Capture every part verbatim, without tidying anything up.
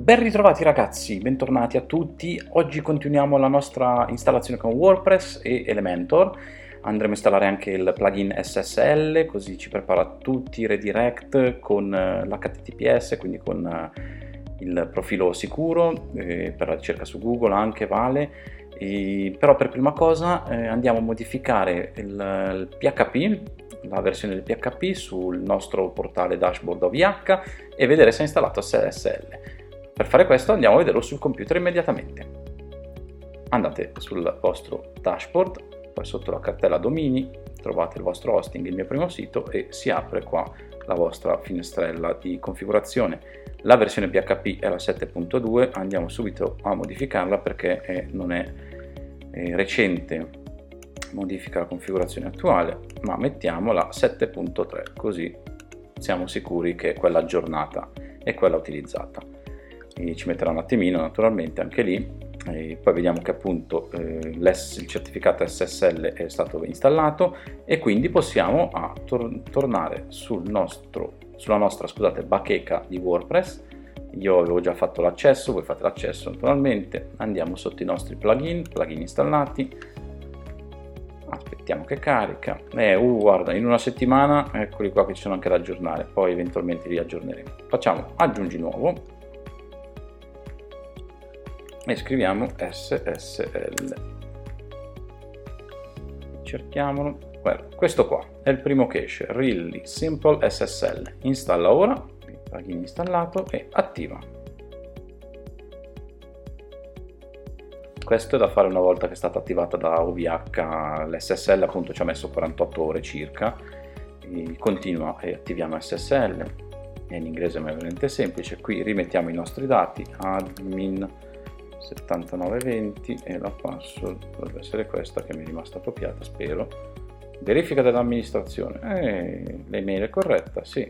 Ben ritrovati ragazzi, bentornati a tutti. Oggi continuiamo la nostra installazione con WordPress e Elementor. Andremo a installare anche il plugin S S L, così ci prepara tutti i redirect con l'H T T P S, quindi con il profilo sicuro, eh, per la ricerca su Google anche vale. E, però per prima cosa eh, andiamo a modificare il, il P H P, la versione del P H P sul nostro portale dashboard O V H e vedere se è installato S S L. Per fare questo andiamo a vederlo sul computer immediatamente. Andate sul vostro dashboard, poi sotto la cartella domini trovate il vostro hosting, il mio primo sito, e si apre qua la vostra finestrella di configurazione. La versione P H P è la sette punto due, andiamo subito a modificarla perché è, non è, è recente, modifica la configurazione attuale, ma mettiamo la sette punto tre, così siamo sicuri che quella aggiornata è quella utilizzata. E ci metterà un attimino naturalmente anche lì, e poi vediamo che appunto eh, il certificato S S L è stato installato e quindi possiamo a tor tornare sul nostro, sulla nostra scusate, bacheca di WordPress. Io avevo già fatto l'accesso, voi fate l'accesso naturalmente, andiamo sotto i nostri plugin, plugin installati, aspettiamo che carica, eh, uh, guarda, in una settimana eccoli qua che ci sono anche da aggiornare, poi eventualmente li aggiorneremo. Facciamo aggiungi nuovo e scriviamo S S L, cerchiamolo. Guarda, questo qua è il primo che esce, Really Simple S S L. Installa ora, il plugin installato, e attiva. Questo è da fare una volta che è stata attivata da O V H. L'S S L appunto ci ha messo quarantotto ore circa. E continua e attiviamo S S L, è in inglese ma è veramente semplice. Qui rimettiamo i nostri dati, admin settantanove venti, e la password dovrebbe essere questa che mi è rimasta appropriata, spero. Verifica dell'amministrazione, eh, l'email è corretta, sì,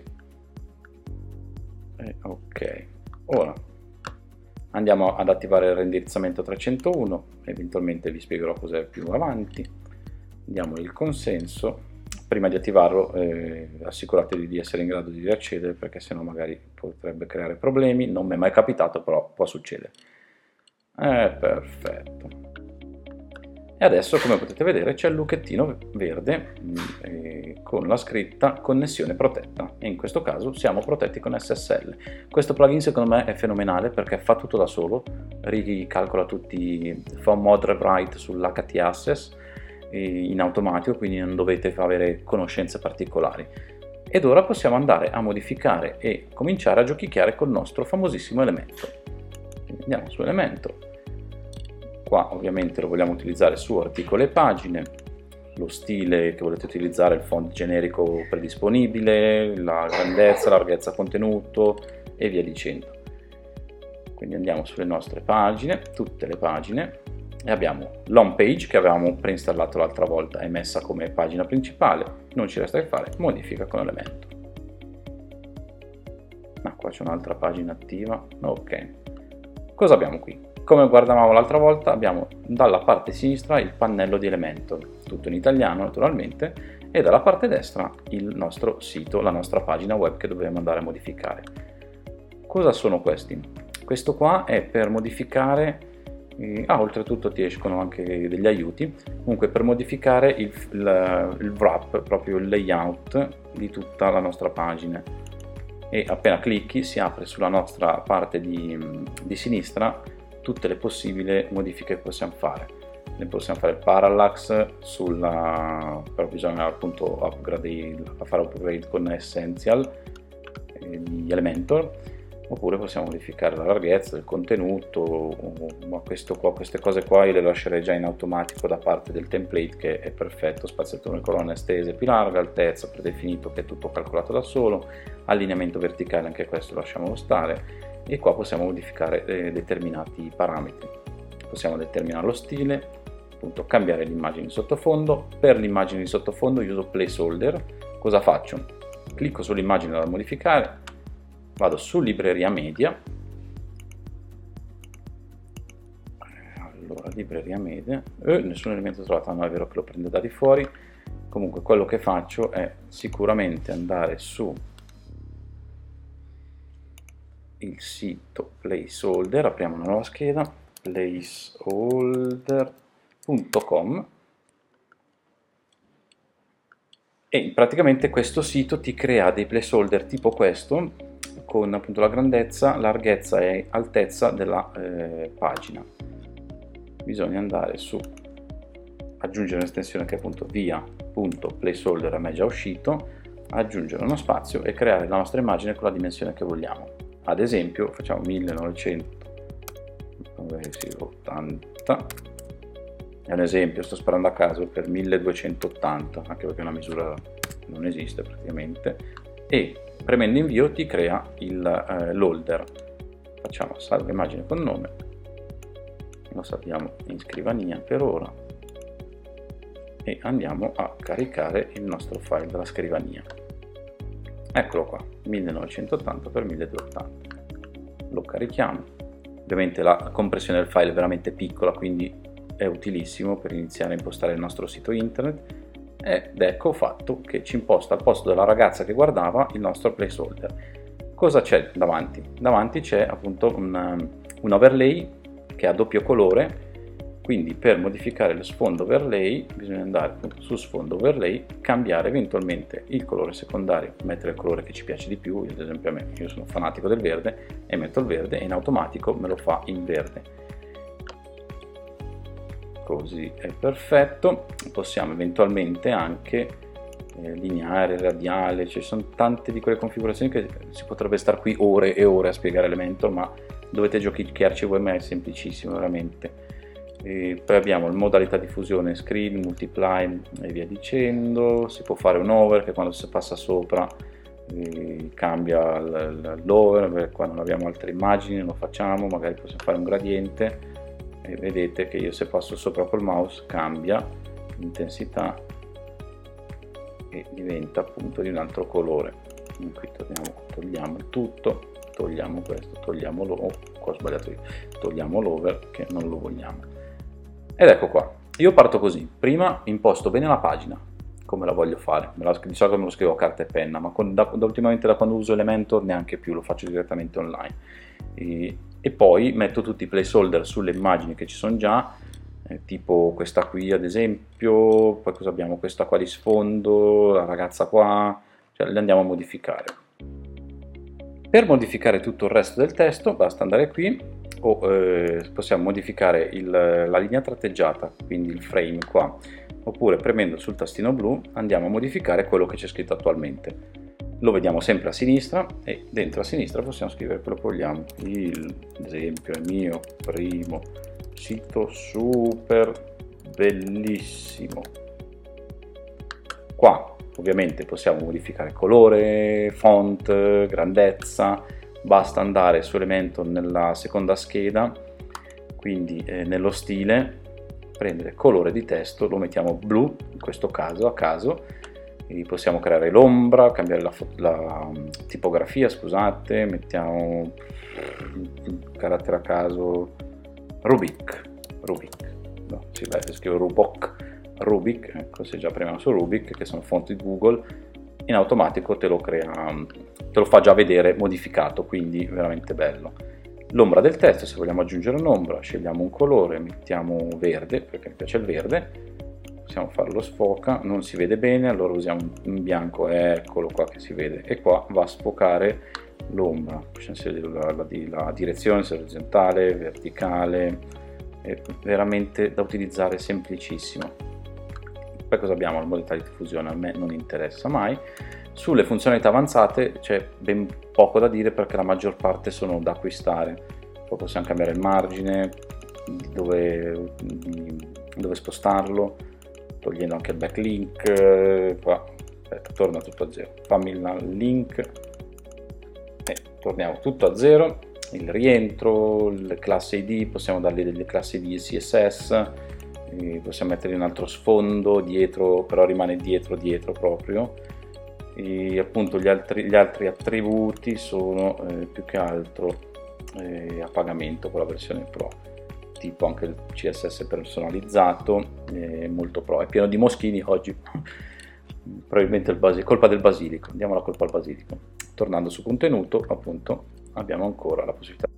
eh, ok. Ora andiamo ad attivare il reindirizzamento trecentouno, eventualmente vi spiegherò cos'è più avanti. Diamo il consenso. Prima di attivarlo eh, assicuratevi di essere in grado di accedere, perché sennò magari potrebbe creare problemi. Non mi è mai capitato, però può succedere. Eh, perfetto. E adesso, come potete vedere, c'è il lucchettino verde eh, con la scritta connessione protetta, e in questo caso siamo protetti con S S L. Questo plugin secondo me è fenomenale perché fa tutto da solo, ricalcola tutti, fa un mod rewrite sull'H T Access in automatico, quindi non dovete avere conoscenze particolari. Ed ora possiamo andare a modificare e cominciare a giochicchiare col nostro famosissimo elemento. Andiamo su elemento, qua ovviamente lo vogliamo utilizzare su articoli e pagine, lo stile che volete utilizzare, il font generico predisponibile, la grandezza, larghezza contenuto e via dicendo. Quindi andiamo sulle nostre pagine, tutte le pagine, e abbiamo l'home page che avevamo preinstallato l'altra volta e messa come pagina principale. Non ci resta che fare modifica con elemento. Ah, qua c'è un'altra pagina attiva, ok. Cosa abbiamo qui? Come guardavamo l'altra volta, abbiamo dalla parte sinistra il pannello di Elementor, tutto in italiano naturalmente, e dalla parte destra il nostro sito, la nostra pagina web che dobbiamo andare a modificare. Cosa sono questi? Questo qua è per modificare, eh, ah, oltretutto ti escono anche degli aiuti, comunque per modificare il, il, il wrap, proprio il layout di tutta la nostra pagina. E appena clicchi si apre sulla nostra parte di, di sinistra tutte le possibili modifiche che possiamo fare. Ne possiamo fare parallax, sulla, però bisogna appunto upgrade, fare upgrade con Essential eh, di Elementor, oppure possiamo modificare la larghezza del contenuto, ma questo qua, queste cose qua io le lascerei già in automatico da parte del template, che è perfetto, spaziatura, colonna estese più larga, altezza predefinito che è tutto calcolato da solo, allineamento verticale anche questo lasciamolo stare, e qua possiamo modificare eh, determinati parametri. Possiamo determinare lo stile, appunto cambiare l'immagine di sottofondo. Per l'immagine di sottofondo io uso placeholder. Cosa faccio? Clicco sull'immagine da modificare, vado su libreria media, allora libreria media, eh, nessun elemento trovato, no è vero che lo prendo da di fuori. Comunque quello che faccio è sicuramente andare su il sito placeholder, apriamo una nuova scheda, placeholder punto com, e praticamente questo sito ti crea dei placeholder tipo questo, con appunto la grandezza, larghezza e altezza della eh, pagina. Bisogna andare su aggiungere un'estensione che è appunto via.placeholder, a me è già uscito, aggiungere uno spazio e creare la nostra immagine con la dimensione che vogliamo. Ad esempio facciamo millenovecentottanta, è un esempio, sto sparando a caso, per milleduecentottanta, anche perché una misura non esiste praticamente, e premendo invio ti crea il eh, l'holder. Facciamo salva immagine con nome, lo salviamo in scrivania per ora e andiamo a caricare il nostro file dalla scrivania. Eccolo qua, millenovecentottanta per milleduecentottanta. Lo carichiamo. Ovviamente la compressione del file è veramente piccola, quindi è utilissimo per iniziare a impostare il nostro sito internet, ed ecco fatto che ci imposta al posto della ragazza che guardava il nostro placeholder. Cosa c'è davanti? Davanti c'è appunto un, un overlay che ha doppio colore, quindi per modificare lo sfondo overlay bisogna andare appunto su sfondo overlay, cambiare eventualmente il colore secondario, mettere il colore che ci piace di più. Ad esempio a me, io sono fanatico del verde e metto il verde e in automatico me lo fa in verde. Così è perfetto. Possiamo eventualmente anche eh, lineare, radiale, ci sono tante di quelle configurazioni che si potrebbe stare qui ore e ore a spiegare Elementor, ma dovete giochicchiarci voi, ma è semplicissimo veramente. E poi abbiamo le modalità di fusione, screen, multiply e via dicendo. Si può fare un over che quando si passa sopra eh, cambia l'over. Qua non abbiamo altre immagini, lo facciamo, magari possiamo fare un gradiente e vedete che io se passo sopra col mouse cambia l'intensità e diventa appunto di un altro colore. Quindi qui torniamo, togliamo tutto, togliamo questo, togliamo l'over, oh, qua ho sbagliato io, togliamo l'over che non lo vogliamo. Ed ecco qua, io parto così, prima imposto bene la pagina, come la voglio fare, me la, di solito me lo scrivo a carta e penna, ma con, da, da, ultimamente da quando uso Elementor neanche più, lo faccio direttamente online. E, e poi metto tutti i placeholder sulle immagini che ci sono già, eh, tipo questa qui ad esempio, poi cosa abbiamo? Questa qua di sfondo, la ragazza qua, cioè le andiamo a modificare. Per modificare tutto il resto del testo basta andare qui, o eh, possiamo modificare il, la linea tratteggiata, quindi il frame qua, oppure premendo sul tastino blu andiamo a modificare quello che c'è scritto attualmente. Lo vediamo sempre a sinistra e dentro a sinistra possiamo scrivere quello che vogliamo. Il, ad esempio, il mio primo sito super bellissimo. Qua ovviamente possiamo modificare colore, font, grandezza. Basta andare su Elementor nella seconda scheda, quindi eh, nello stile, prendere colore di testo, lo mettiamo blu in questo caso a caso, e possiamo creare l'ombra, cambiare la, la tipografia, scusate, mettiamo un carattere a caso Rubik, Rubik, no, si vede, scrivo Rubok, Rubik, ecco, se già premiamo su Rubik, che sono fonti Google, in automatico te lo crea, te lo fa già vedere modificato, quindi veramente bello. L'ombra del testo, se vogliamo aggiungere un'ombra, scegliamo un colore, mettiamo verde, perché mi piace il verde, possiamo farlo sfoca, non si vede bene, allora usiamo un bianco, eccolo qua che si vede, e qua va a sfocare l'ombra, possiamo scegliere la, la, la direzione, se orizzontale, verticale, è veramente da utilizzare, semplicissimo. Poi cosa abbiamo? La modalità di diffusione a me non interessa mai. Sulle funzionalità avanzate c'è ben poco da dire perché la maggior parte sono da acquistare. Poi possiamo cambiare il margine, dove, dove spostarlo, togliendo anche il backlink. Qua aspetta, torna tutto a zero. Fammi il link e torniamo tutto a zero. Il rientro, le classi I D, possiamo dargli delle classi I D C S S. Possiamo mettere un altro sfondo dietro, però rimane dietro dietro proprio, e appunto gli altri, gli altri attributi sono eh, più che altro eh, a pagamento con la versione Pro, tipo anche il C S S personalizzato, eh, molto Pro, è pieno di moschini oggi, probabilmente il basilico, colpa del basilico, diamo la colpa al basilico. Tornando su contenuto, appunto abbiamo ancora la possibilità